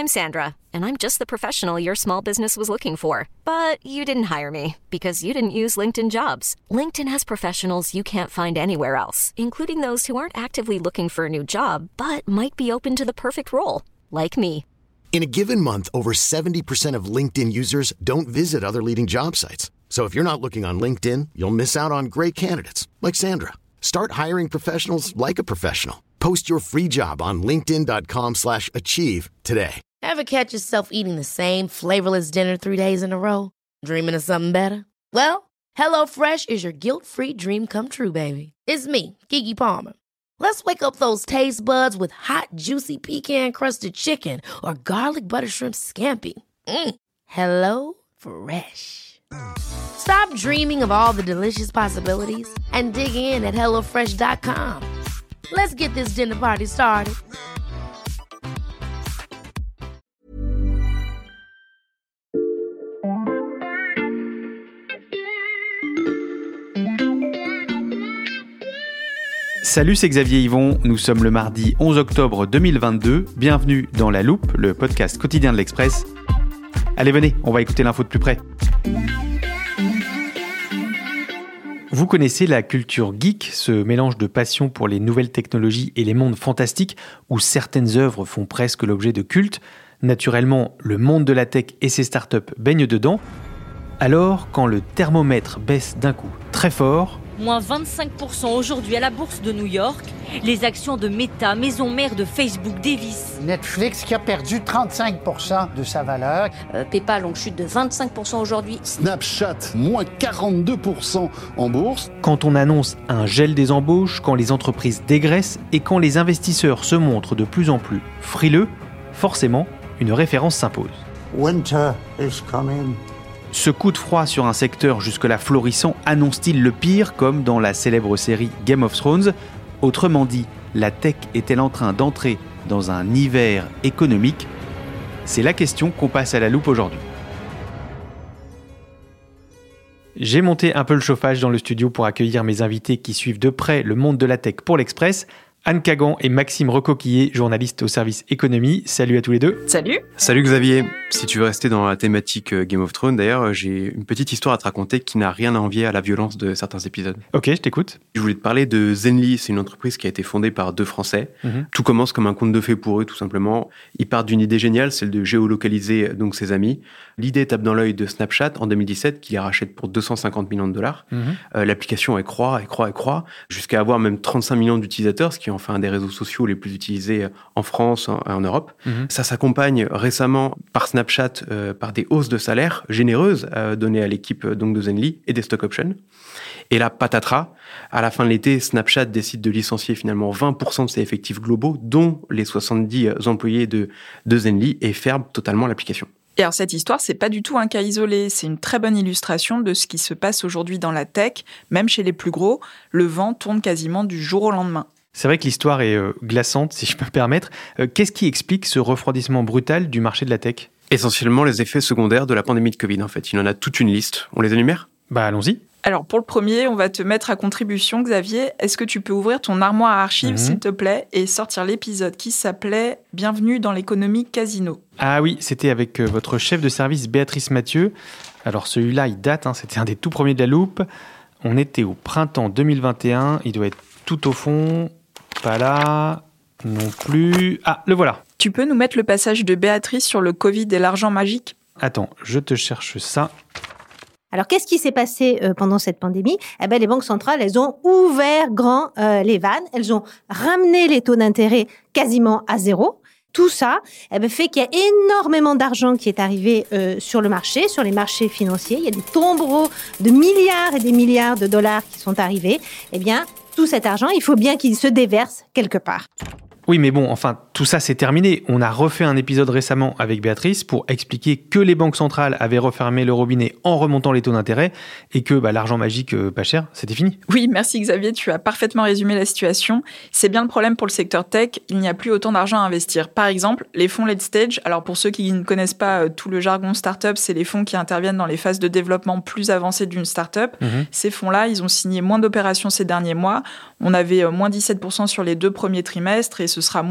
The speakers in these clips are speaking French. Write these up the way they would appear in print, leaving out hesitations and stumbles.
I'm Sandra, and I'm just the professional your small business was looking for. But you didn't hire me because you didn't use LinkedIn Jobs. LinkedIn has professionals you can't find anywhere else, including those who aren't actively looking for a new job, but might be open to the perfect role, like me. In a given month, over 70% of LinkedIn users don't visit other leading job sites. So if you're not looking on LinkedIn, you'll miss out on great candidates like Sandra. Start hiring professionals like a professional. Post your free job on linkedin.com/achieve today. Ever catch yourself eating the same flavorless dinner 3 days in a row? Dreaming of something better? Well, HelloFresh is your guilt-free dream come true, baby. It's me, Keke Palmer. Let's wake up those taste buds with hot, juicy pecan-crusted chicken or garlic butter shrimp scampi. Hello Fresh. Stop dreaming of all the delicious possibilities and dig in at HelloFresh.com. Let's get this dinner party started. Salut, c'est Xavier Yvon, nous sommes le mardi 11 octobre 2022, bienvenue dans La Loupe, le podcast quotidien de l'Express. Allez venez, on va écouter l'info de plus près. Vous connaissez la culture geek, ce mélange de passion pour les nouvelles technologies et les mondes fantastiques où certaines œuvres font presque l'objet de culte. Naturellement, le monde de la tech et ses startups baignent dedans. Alors, quand le thermomètre baisse d'un coup très fort... Moins 25% aujourd'hui à la bourse de New York. Les actions de Meta, maison mère de Facebook, dévissent. Netflix qui a perdu 35% de sa valeur. PayPal en chute de 25% aujourd'hui. Snapchat, moins 42% en bourse. Quand on annonce un gel des embauches, quand les entreprises dégraissent et quand les investisseurs se montrent de plus en plus frileux, forcément, une référence s'impose. Winter is coming. Ce coup de froid sur un secteur jusque-là florissant annonce-t-il le pire, comme dans la célèbre série Game of Thrones ? Autrement dit, la tech est-elle en train d'entrer dans un hiver économique ? C'est la question qu'on passe à la loupe aujourd'hui. J'ai monté un peu le chauffage dans le studio pour accueillir mes invités qui suivent de près le monde de la tech pour l'Express. Anne Kagan et Maxime Recoquillé, journalistes au service économie. Salut à tous les deux. Salut. Salut Xavier. Si tu veux rester dans la thématique Game of Thrones, d'ailleurs, j'ai une petite histoire à te raconter qui n'a rien à envier à la violence de certains épisodes. Ok, je t'écoute. Je voulais te parler de Zenly. C'est une entreprise qui a été fondée par 2 Français. Tout commence comme un conte de fées pour eux, tout simplement. Ils partent d'une idée géniale, celle de géolocaliser donc ses amis. L'idée tape dans l'œil de Snapchat en 2017, qui les rachète pour 250 millions de dollars. L'application, elle croît, jusqu'à avoir même 35 millions d'utilisateurs, ce qui en fait un des réseaux sociaux les plus utilisés en France, en Europe. Ça s'accompagne récemment par Snapchat par des hausses de salaire généreuses données à l'équipe donc de Zenly et des stock options. Et là, patatras, à la fin de l'été, Snapchat décide de licencier finalement 20% de ses effectifs globaux, dont les 70 employés de Zenly, et ferme totalement l'application. Et alors cette histoire, c'est pas du tout un cas isolé, c'est une très bonne illustration de ce qui se passe aujourd'hui dans la tech, même chez les plus gros, le vent tourne quasiment du jour au lendemain. C'est vrai que l'histoire est glaçante, si je peux me permettre. Qu'est-ce qui explique ce refroidissement brutal du marché de la tech ? Essentiellement les effets secondaires de la pandémie de Covid, en fait. Il en a toute une liste. On les énumère ? Bah allons-y. Alors pour le premier, on va te mettre à contribution, Xavier. Est-ce que tu peux ouvrir ton armoire à archives, s'il te plaît, et sortir l'épisode qui s'appelait « Bienvenue dans l'économie casino ». Ah oui, c'était avec votre chef de service Béatrice Mathieu. Alors celui-là, il date, c'était un des tout premiers de la loupe. On était au printemps 2021, il doit être tout au fond... Pas là, non plus... Ah, le voilà. Tu peux nous mettre le passage de Béatrice sur le Covid et l'argent magique ? Attends, je te cherche ça. Alors, qu'est-ce qui s'est passé pendant cette pandémie ? Les banques centrales, elles ont ouvert grand les vannes. Elles ont ramené les taux d'intérêt quasiment à zéro. Tout ça fait qu'il y a énormément d'argent qui est arrivé sur le marché, sur les marchés financiers. Il y a des tombereaux de milliards et des milliards de dollars qui sont arrivés. Tout cet argent, il faut bien qu'il se déverse quelque part. Oui, mais bon, enfin, tout ça, c'est terminé. On a refait un épisode récemment avec Béatrice pour expliquer que les banques centrales avaient refermé le robinet en remontant les taux d'intérêt et que l'argent magique pas cher, c'était fini. Oui, merci Xavier, tu as parfaitement résumé la situation. C'est bien le problème pour le secteur tech, il n'y a plus autant d'argent à investir. Par exemple, les fonds late stage, alors pour ceux qui ne connaissent pas tout le jargon startup, c'est les fonds qui interviennent dans les phases de développement plus avancées d'une startup. Ces fonds-là, ils ont signé moins d'opérations ces derniers mois. On avait moins 17% sur les 2 premiers trimestres et ce sera moins 29%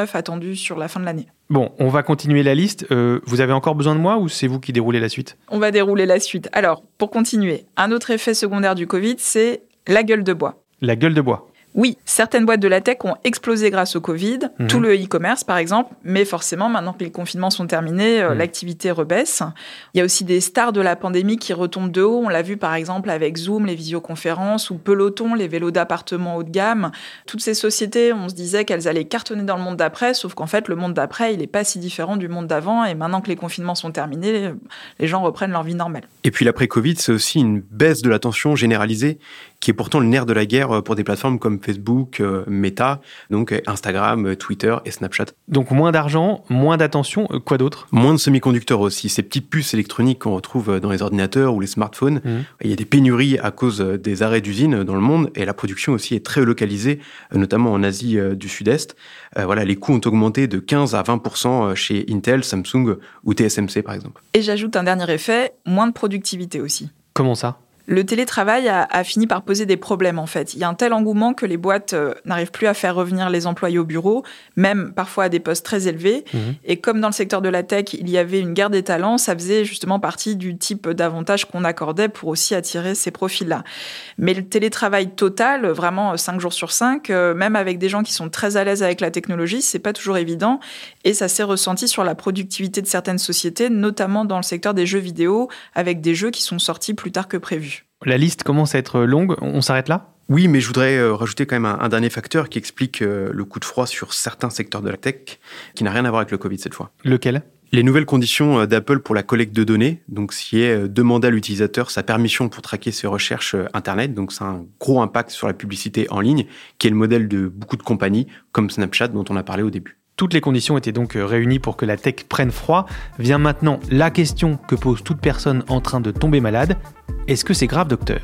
neuf attendu sur la fin de l'année. Bon, on va continuer la liste. Vous avez encore besoin de moi ou c'est vous qui déroulez la suite ? On va dérouler la suite. Alors, pour continuer, un autre effet secondaire du Covid, c'est la gueule de bois. La gueule de bois. Oui, certaines boîtes de la tech ont explosé grâce au Covid, tout le e-commerce par exemple, mais forcément, maintenant que les confinements sont terminés, l'activité rebaisse. Il y a aussi des stars de la pandémie qui retombent de haut. On l'a vu par exemple avec Zoom, les visioconférences, ou Peloton, les vélos d'appartement haut de gamme. Toutes ces sociétés, on se disait qu'elles allaient cartonner dans le monde d'après, sauf qu'en fait, le monde d'après, il n'est pas si différent du monde d'avant. Et maintenant que les confinements sont terminés, les gens reprennent leur vie normale. Et puis l'après-Covid, c'est aussi une baisse de l'attention généralisée qui est pourtant le nerf de la guerre pour des plateformes comme Facebook, Meta, donc Instagram, Twitter et Snapchat. Donc moins d'argent, moins d'attention, quoi d'autre ? Moins de semi-conducteurs aussi, ces petites puces électroniques qu'on retrouve dans les ordinateurs ou les smartphones. Il y a des pénuries à cause des arrêts d'usines dans le monde et la production aussi est très localisée, notamment en Asie du Sud-Est. Les coûts ont augmenté de 15 à 20% chez Intel, Samsung ou TSMC par exemple. Et j'ajoute un dernier effet, moins de productivité aussi. Comment ça ? Le télétravail a fini par poser des problèmes, en fait. Il y a un tel engouement que les boîtes n'arrivent plus à faire revenir les employés au bureau, même parfois à des postes très élevés. Et comme dans le secteur de la tech, il y avait une guerre des talents, ça faisait justement partie du type d'avantage qu'on accordait pour aussi attirer ces profils-là. Mais le télétravail total, vraiment 5 jours sur 5, même avec des gens qui sont très à l'aise avec la technologie, c'est pas toujours évident. Et ça s'est ressenti sur la productivité de certaines sociétés, notamment dans le secteur des jeux vidéo, avec des jeux qui sont sortis plus tard que prévu. La liste commence à être longue, on s'arrête là ? Oui, mais je voudrais rajouter quand même un dernier facteur qui explique le coup de froid sur certains secteurs de la tech, qui n'a rien à voir avec le Covid cette fois. Lequel ? Les nouvelles conditions d'Apple pour la collecte de données, donc ce qui est demander à l'utilisateur sa permission pour traquer ses recherches Internet, donc c'est un gros impact sur la publicité en ligne, qui est le modèle de beaucoup de compagnies, comme Snapchat dont on a parlé au début. Toutes les conditions étaient donc réunies pour que la tech prenne froid. Vient maintenant la question que pose toute personne en train de tomber malade. Est-ce que c'est grave, docteur ?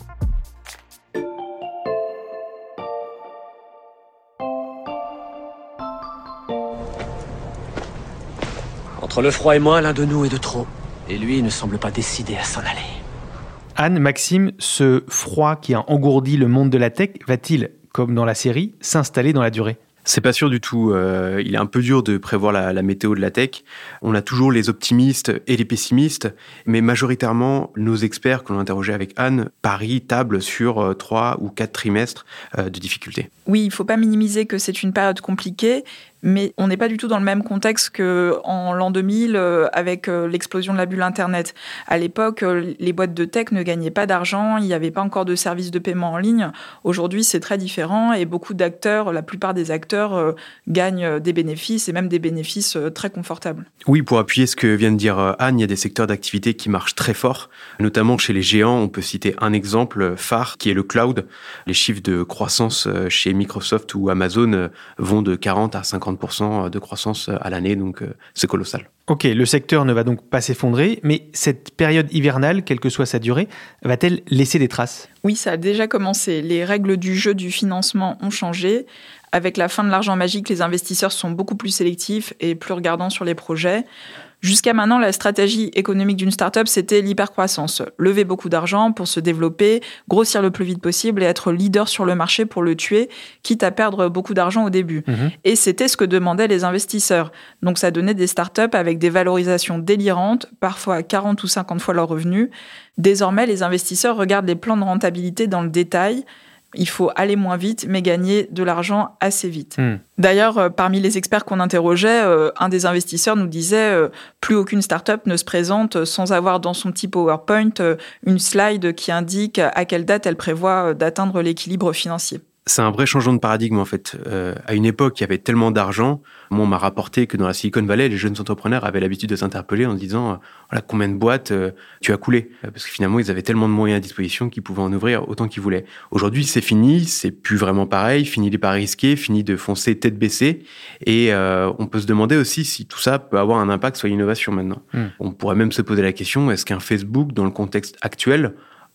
Entre le froid et moi, l'un de nous est de trop. Et lui ne semble pas décidé à s'en aller. Anne, Maxime, ce froid qui a engourdi le monde de la tech va-t-il, comme dans la série, s'installer dans la durée ? C'est pas sûr du tout. Il est un peu dur de prévoir la météo de la tech. On a toujours les optimistes et les pessimistes, mais majoritairement, nos experts que l'on a interrogés avec Anne tablent sur 3 ou 4 trimestres de difficultés. Oui, il ne faut pas minimiser que c'est une période compliquée, mais on n'est pas du tout dans le même contexte qu'en l'an 2000 avec l'explosion de la bulle Internet. À l'époque, les boîtes de tech ne gagnaient pas d'argent, il n'y avait pas encore de services de paiement en ligne. Aujourd'hui, c'est très différent et beaucoup d'acteurs, la plupart des acteurs gagnent des bénéfices et même des bénéfices très confortables. Oui, pour appuyer ce que vient de dire Anne, il y a des secteurs d'activité qui marchent très fort, notamment chez les géants. On peut citer un exemple phare qui est le cloud. Les chiffres de croissance chez Microsoft ou Amazon vont de 40 à 50% de croissance à l'année, donc c'est colossal. Ok, le secteur ne va donc pas s'effondrer, mais cette période hivernale, quelle que soit sa durée, va-t-elle laisser des traces ? Oui, ça a déjà commencé. Les règles du jeu du financement ont changé. Avec la fin de l'argent magique, les investisseurs sont beaucoup plus sélectifs et plus regardants sur les projets. Jusqu'à maintenant, la stratégie économique d'une start-up, c'était l'hypercroissance. Lever beaucoup d'argent pour se développer, grossir le plus vite possible et être leader sur le marché pour le tuer, quitte à perdre beaucoup d'argent au début. Et c'était ce que demandaient les investisseurs. Donc ça donnait des start-up avec des valorisations délirantes, parfois 40 ou 50 fois leurs revenus. Désormais, les investisseurs regardent les plans de rentabilité dans le détail. Il faut aller moins vite, mais gagner de l'argent assez vite. D'ailleurs, parmi les experts qu'on interrogeait, un des investisseurs nous disait plus aucune start-up ne se présente sans avoir dans son petit PowerPoint une slide qui indique à quelle date elle prévoit d'atteindre l'équilibre financier. C'est un vrai changement de paradigme, en fait. À une époque, il y avait tellement d'argent. Moi, on m'a rapporté que dans la Silicon Valley, les jeunes entrepreneurs avaient l'habitude de s'interpeller en se disant voilà, combien de boîtes tu as coulé ? Parce que finalement, ils avaient tellement de moyens à disposition qu'ils pouvaient en ouvrir autant qu'ils voulaient. Aujourd'hui, c'est fini, c'est plus vraiment pareil. Fini les paris risqués, fini de foncer tête baissée. Et on peut se demander aussi si tout ça peut avoir un impact sur l'innovation maintenant. On pourrait même se poser la question, est-ce qu'un Facebook, dans le contexte actuel,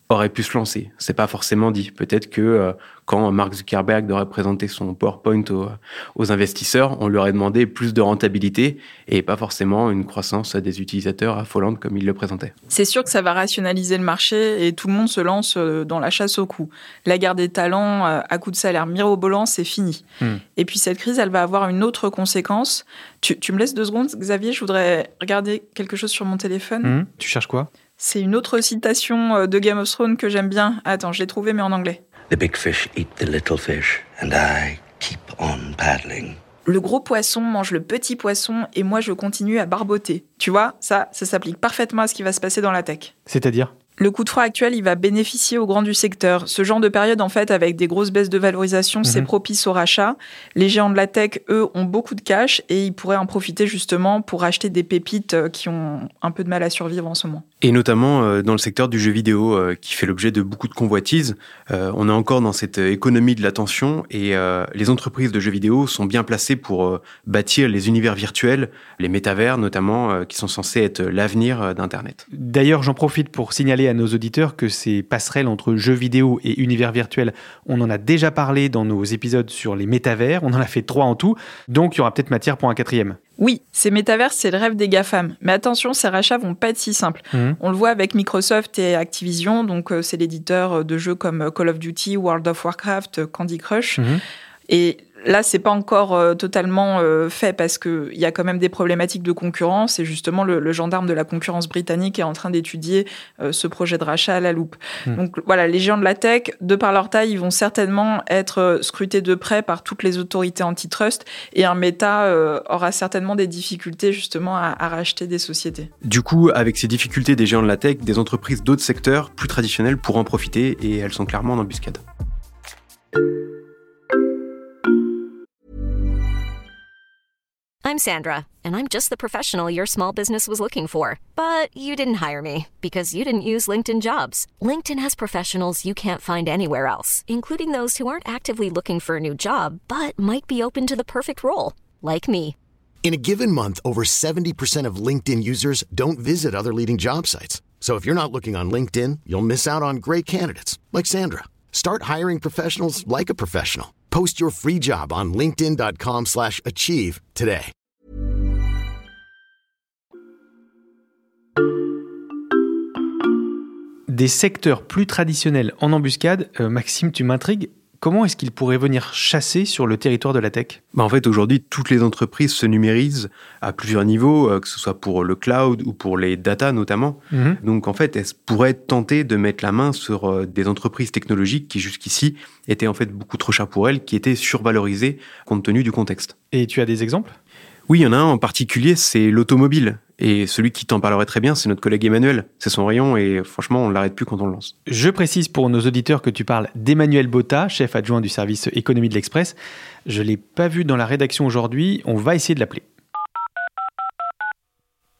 aurait pu se lancer. C'est pas forcément dit. Peut-être que quand Mark Zuckerberg devrait présenter son PowerPoint aux investisseurs, on lui aurait demandé plus de rentabilité et pas forcément une croissance des utilisateurs affolante comme il le présentait. C'est sûr que ça va rationaliser le marché et tout le monde se lance dans la chasse aux coûts. La guerre des talents à coups de salaire mirobolant, c'est fini. Et puis cette crise, elle va avoir une autre conséquence. Tu me laisses 2 secondes, Xavier, je voudrais regarder quelque chose sur mon téléphone. Tu cherches quoi ? C'est une autre citation de Game of Thrones que j'aime bien. Attends, je l'ai trouvée, mais en anglais. The big fish eat the little fish, and I keep on paddling. Le gros poisson mange le petit poisson, et moi je continue à barboter. Tu vois, ça s'applique parfaitement à ce qui va se passer dans la tech. C'est-à-dire ? Le coup de froid actuel, il va bénéficier aux grands du secteur. Ce genre de période, en fait, avec des grosses baisses de valorisation, c'est propice au rachat. Les géants de la tech, eux, ont beaucoup de cash et ils pourraient en profiter justement pour acheter des pépites qui ont un peu de mal à survivre en ce moment. Et notamment dans le secteur du jeu vidéo qui fait l'objet de beaucoup de convoitises. On est encore dans cette économie de l'attention et les entreprises de jeux vidéo sont bien placées pour bâtir les univers virtuels, les métavers notamment, qui sont censés être l'avenir d'Internet. D'ailleurs, j'en profite pour signaler à nos auditeurs que ces passerelles entre jeux vidéo et univers virtuel, on en a déjà parlé dans nos épisodes sur les métavers, on en a fait 3 en tout, donc il y aura peut-être matière pour un 4e. Oui, ces métavers, c'est le rêve des GAFAM. Mais attention, ces rachats vont pas être si simples. On le voit avec Microsoft et Activision, donc c'est l'éditeur de jeux comme Call of Duty, World of Warcraft, Candy Crush. Et là, c'est pas encore totalement fait parce qu'il y a quand même des problématiques de concurrence et justement le gendarme de la concurrence britannique est en train d'étudier ce projet de rachat à la loupe. Donc voilà, les géants de la tech, de par leur taille, ils vont certainement être scrutés de près par toutes les autorités antitrust et un Meta aura certainement des difficultés justement à racheter des sociétés. Du coup, avec ces difficultés des géants de la tech, des entreprises d'autres secteurs plus traditionnels pourront en profiter et elles sont clairement en embuscade. I'm Sandra, and I'm just the professional your small business was looking for. But you didn't hire me because you didn't use LinkedIn Jobs. LinkedIn has professionals you can't find anywhere else, including those who aren't actively looking for a new job, but might be open to the perfect role, like me. In a given month, over 70% of LinkedIn users don't visit other leading job sites. So if you're not looking on LinkedIn, you'll miss out on great candidates like Sandra. Start hiring professionals like a professional. Post your free job on linkedin.com/achieve today. Des secteurs plus traditionnels en embuscade, Maxime, tu m'intrigues. Comment est-ce qu'ils pourraient venir chasser sur le territoire de la tech ? En fait, aujourd'hui, toutes les entreprises se numérisent à plusieurs niveaux, que ce soit pour le cloud ou pour les data notamment. Donc, en fait, elles pourraient tenter de mettre la main sur des entreprises technologiques qui, jusqu'ici, étaient en fait beaucoup trop chères pour elles, qui étaient survalorisées compte tenu du contexte. Et tu as des exemples ? Oui, il y en a un en particulier, c'est l'automobile. Et celui qui t'en parlerait très bien, c'est notre collègue Emmanuel. C'est son rayon et franchement, on ne l'arrête plus quand on le lance. Je précise pour nos auditeurs que tu parles d'Emmanuel Botta, chef adjoint du service économie de l'Express. Je ne l'ai pas vu dans la rédaction aujourd'hui, on va essayer de l'appeler. Allô ?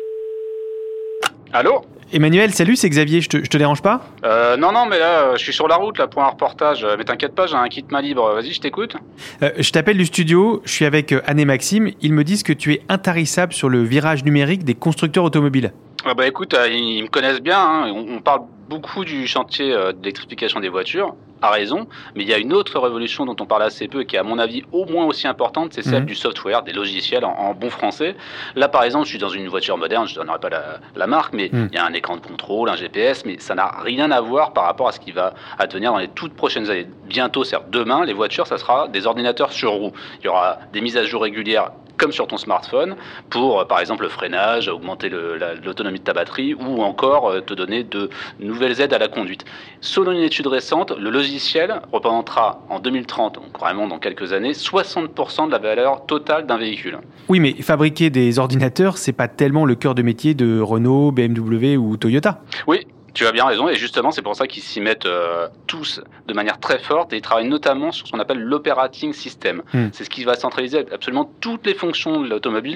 Emmanuel, salut, c'est Xavier, je te dérange pas ? Non, mais là, je suis sur la route là pour un reportage. Mais t'inquiète pas, j'ai un kit main libre. Vas-y, je t'écoute. Je t'appelle du studio, je suis avec Anne et Maxime. Ils me disent que tu es intarissable sur le virage numérique des constructeurs automobiles. Bah écoute, ils me connaissent bien. Hein. On parle beaucoup du chantier d'électrification des voitures, à raison. Mais il y a une autre révolution dont on parle assez peu et qui est à mon avis au moins aussi importante, c'est celle du software, des logiciels en bon français. Là par exemple, je suis dans une voiture moderne, je ne donnerai pas la marque, mais il y a un écran de contrôle, un GPS, mais ça n'a rien à voir par rapport à ce qui va advenir dans les toutes prochaines années. Bientôt, certes, demain, les voitures, ça sera des ordinateurs sur roues. Il y aura des mises à jour régulières comme sur ton smartphone, pour, par exemple, le freinage, augmenter l'autonomie de ta batterie, ou encore te donner de nouvelles aides à la conduite. Selon une étude récente, le logiciel représentera en 2030, donc vraiment dans quelques années, 60% de la valeur totale d'un véhicule. Oui, mais fabriquer des ordinateurs, c'est pas tellement le cœur de métier de Renault, BMW ou Toyota. Oui. Tu as bien raison, et justement, c'est pour ça qu'ils s'y mettent tous de manière très forte, et ils travaillent notamment sur ce qu'on appelle l'operating system. C'est ce qui va centraliser absolument toutes les fonctions de l'automobile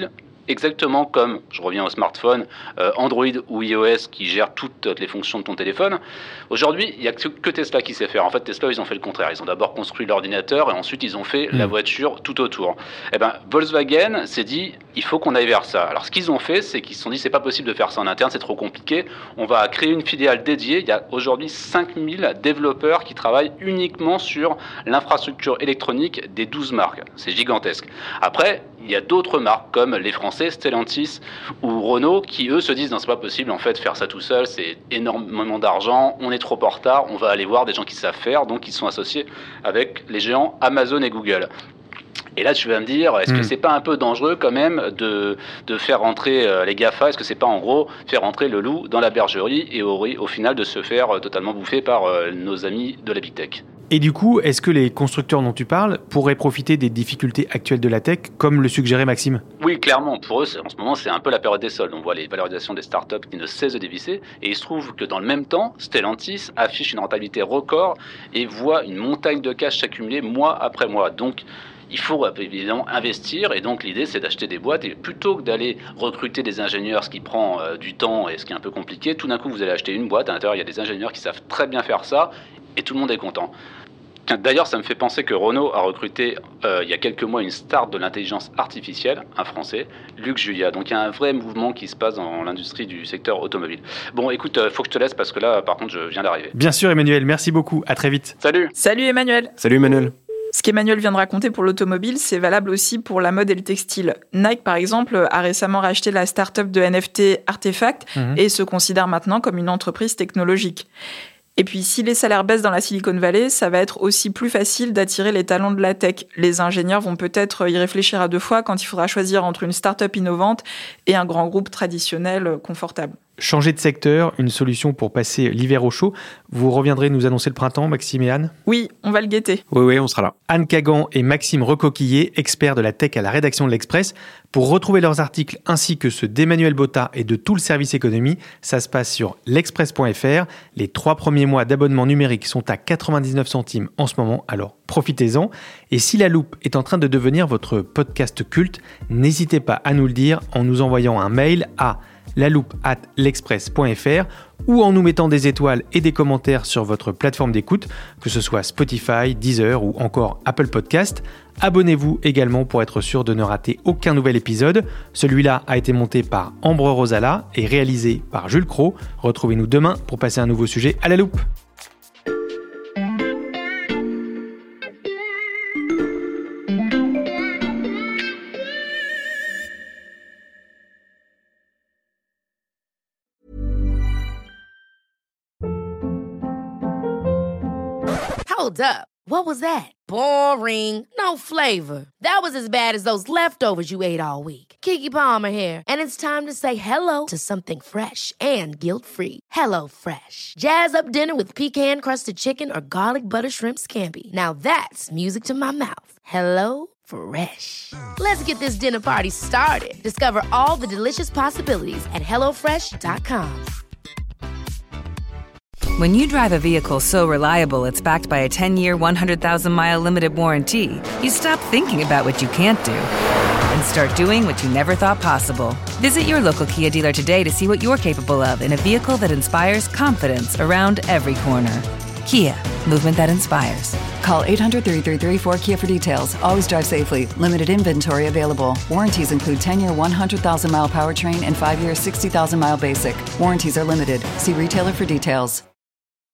exactement comme, je reviens au smartphone, Android ou iOS qui gèrent toutes les fonctions de ton téléphone. Aujourd'hui, il n'y a que Tesla qui sait faire. En fait, Tesla, ils ont fait le contraire. Ils ont d'abord construit l'ordinateur et ensuite ils ont fait la voiture tout autour. Eh ben, Volkswagen s'est dit, il faut qu'on aille vers ça. Alors, ce qu'ils ont fait, c'est qu'ils se sont dit, c'est pas possible de faire ça en interne, c'est trop compliqué. On va créer une filiale dédiée. Il y a aujourd'hui 5000 développeurs qui travaillent uniquement sur l'infrastructure électronique des 12 marques. C'est gigantesque. Après, il y a d'autres marques comme les Français, Stellantis ou Renault qui eux se disent non, c'est pas possible en fait faire ça tout seul, c'est énormément d'argent, on est trop en retard, on va aller voir des gens qui savent faire, donc ils sont associés avec les géants Amazon et Google. Et là, tu vas me dire, est-ce que c'est pas un peu dangereux quand même de faire rentrer les GAFA? Est-ce que c'est pas en gros faire rentrer le loup dans la bergerie et au final de se faire totalement bouffer par nos amis de la Big Tech? Et du coup, est-ce que les constructeurs dont tu parles pourraient profiter des difficultés actuelles de la tech, comme le suggérait Maxime? Oui, clairement. Pour eux, en ce moment, c'est un peu la période des soldes. On voit les valorisations des startups qui ne cessent de dévisser. Et il se trouve que dans le même temps, Stellantis affiche une rentabilité record et voit une montagne de cash s'accumuler mois après mois. Donc, il faut évidemment investir et donc l'idée c'est d'acheter des boîtes et plutôt que d'aller recruter des ingénieurs, ce qui prend du temps et ce qui est un peu compliqué, tout d'un coup vous allez acheter une boîte, à l'intérieur il y a des ingénieurs qui savent très bien faire ça et tout le monde est content. D'ailleurs, ça me fait penser que Renault a recruté il y a quelques mois une star de l'intelligence artificielle, un Français, Luc Julia. Donc il y a un vrai mouvement qui se passe dans l'industrie du secteur automobile. Bon, écoute, faut que je te laisse parce que là, par contre, je viens d'arriver. Bien sûr, Emmanuel, merci beaucoup. À très vite. Salut. Salut Emmanuel. Salut Emmanuel. Ce qu'Emmanuel vient de raconter pour l'automobile, c'est valable aussi pour la mode et le textile. Nike, par exemple, a récemment racheté la start-up de NFT Artefact et se considère maintenant comme une entreprise technologique. Et puis, si les salaires baissent dans la Silicon Valley, ça va être aussi plus facile d'attirer les talents de la tech. Les ingénieurs vont peut-être y réfléchir à deux fois quand il faudra choisir entre une start-up innovante et un grand groupe traditionnel confortable. Changer de secteur, une solution pour passer l'hiver au chaud. Vous reviendrez nous annoncer le printemps, Maxime et Anne? Oui, on va le guetter. Oui, on sera là. Anne Kagan et Maxime Recoquillé, experts de la tech à la rédaction de l'Express. Pour retrouver leurs articles ainsi que ceux d'Emmanuel Botta et de tout le service économie, ça se passe sur l'express.fr. Les 3 premiers mois d'abonnement numérique sont à 99 centimes en ce moment, alors profitez-en. Et si La Loupe est en train de devenir votre podcast culte, n'hésitez pas à nous le dire en nous envoyant un mail à laloupe@l'express.fr ou en nous mettant des étoiles et des commentaires sur votre plateforme d'écoute, que ce soit Spotify, Deezer ou encore Apple Podcast. Abonnez-vous également pour être sûr de ne rater aucun nouvel épisode. Celui-là a été monté par Ambre Rosala et réalisé par Jules Cros. Retrouvez-nous demain pour passer un nouveau sujet à la loupe. Hold up. What was that? Boring. No flavor. That was as bad as those leftovers you ate all week. Keke Palmer here, and it's time to say hello to something fresh and guilt-free. Hello Fresh. Jazz up dinner with pecan-crusted chicken or garlic butter shrimp scampi. Now that's music to my mouth. Hello Fresh. Let's get this dinner party started. Discover all the delicious possibilities at HelloFresh.com. When you drive a vehicle so reliable it's backed by a 10-year, 100,000-mile limited warranty, you stop thinking about what you can't do and start doing what you never thought possible. Visit your local Kia dealer today to see what you're capable of in a vehicle that inspires confidence around every corner. Kia, movement that inspires. Call 800-333-4KIA for details. Always drive safely. Limited inventory available. Warranties include 10-year 100,000-mile powertrain and 5-year 60,000-mile basic. Warranties are limited. See retailer for details.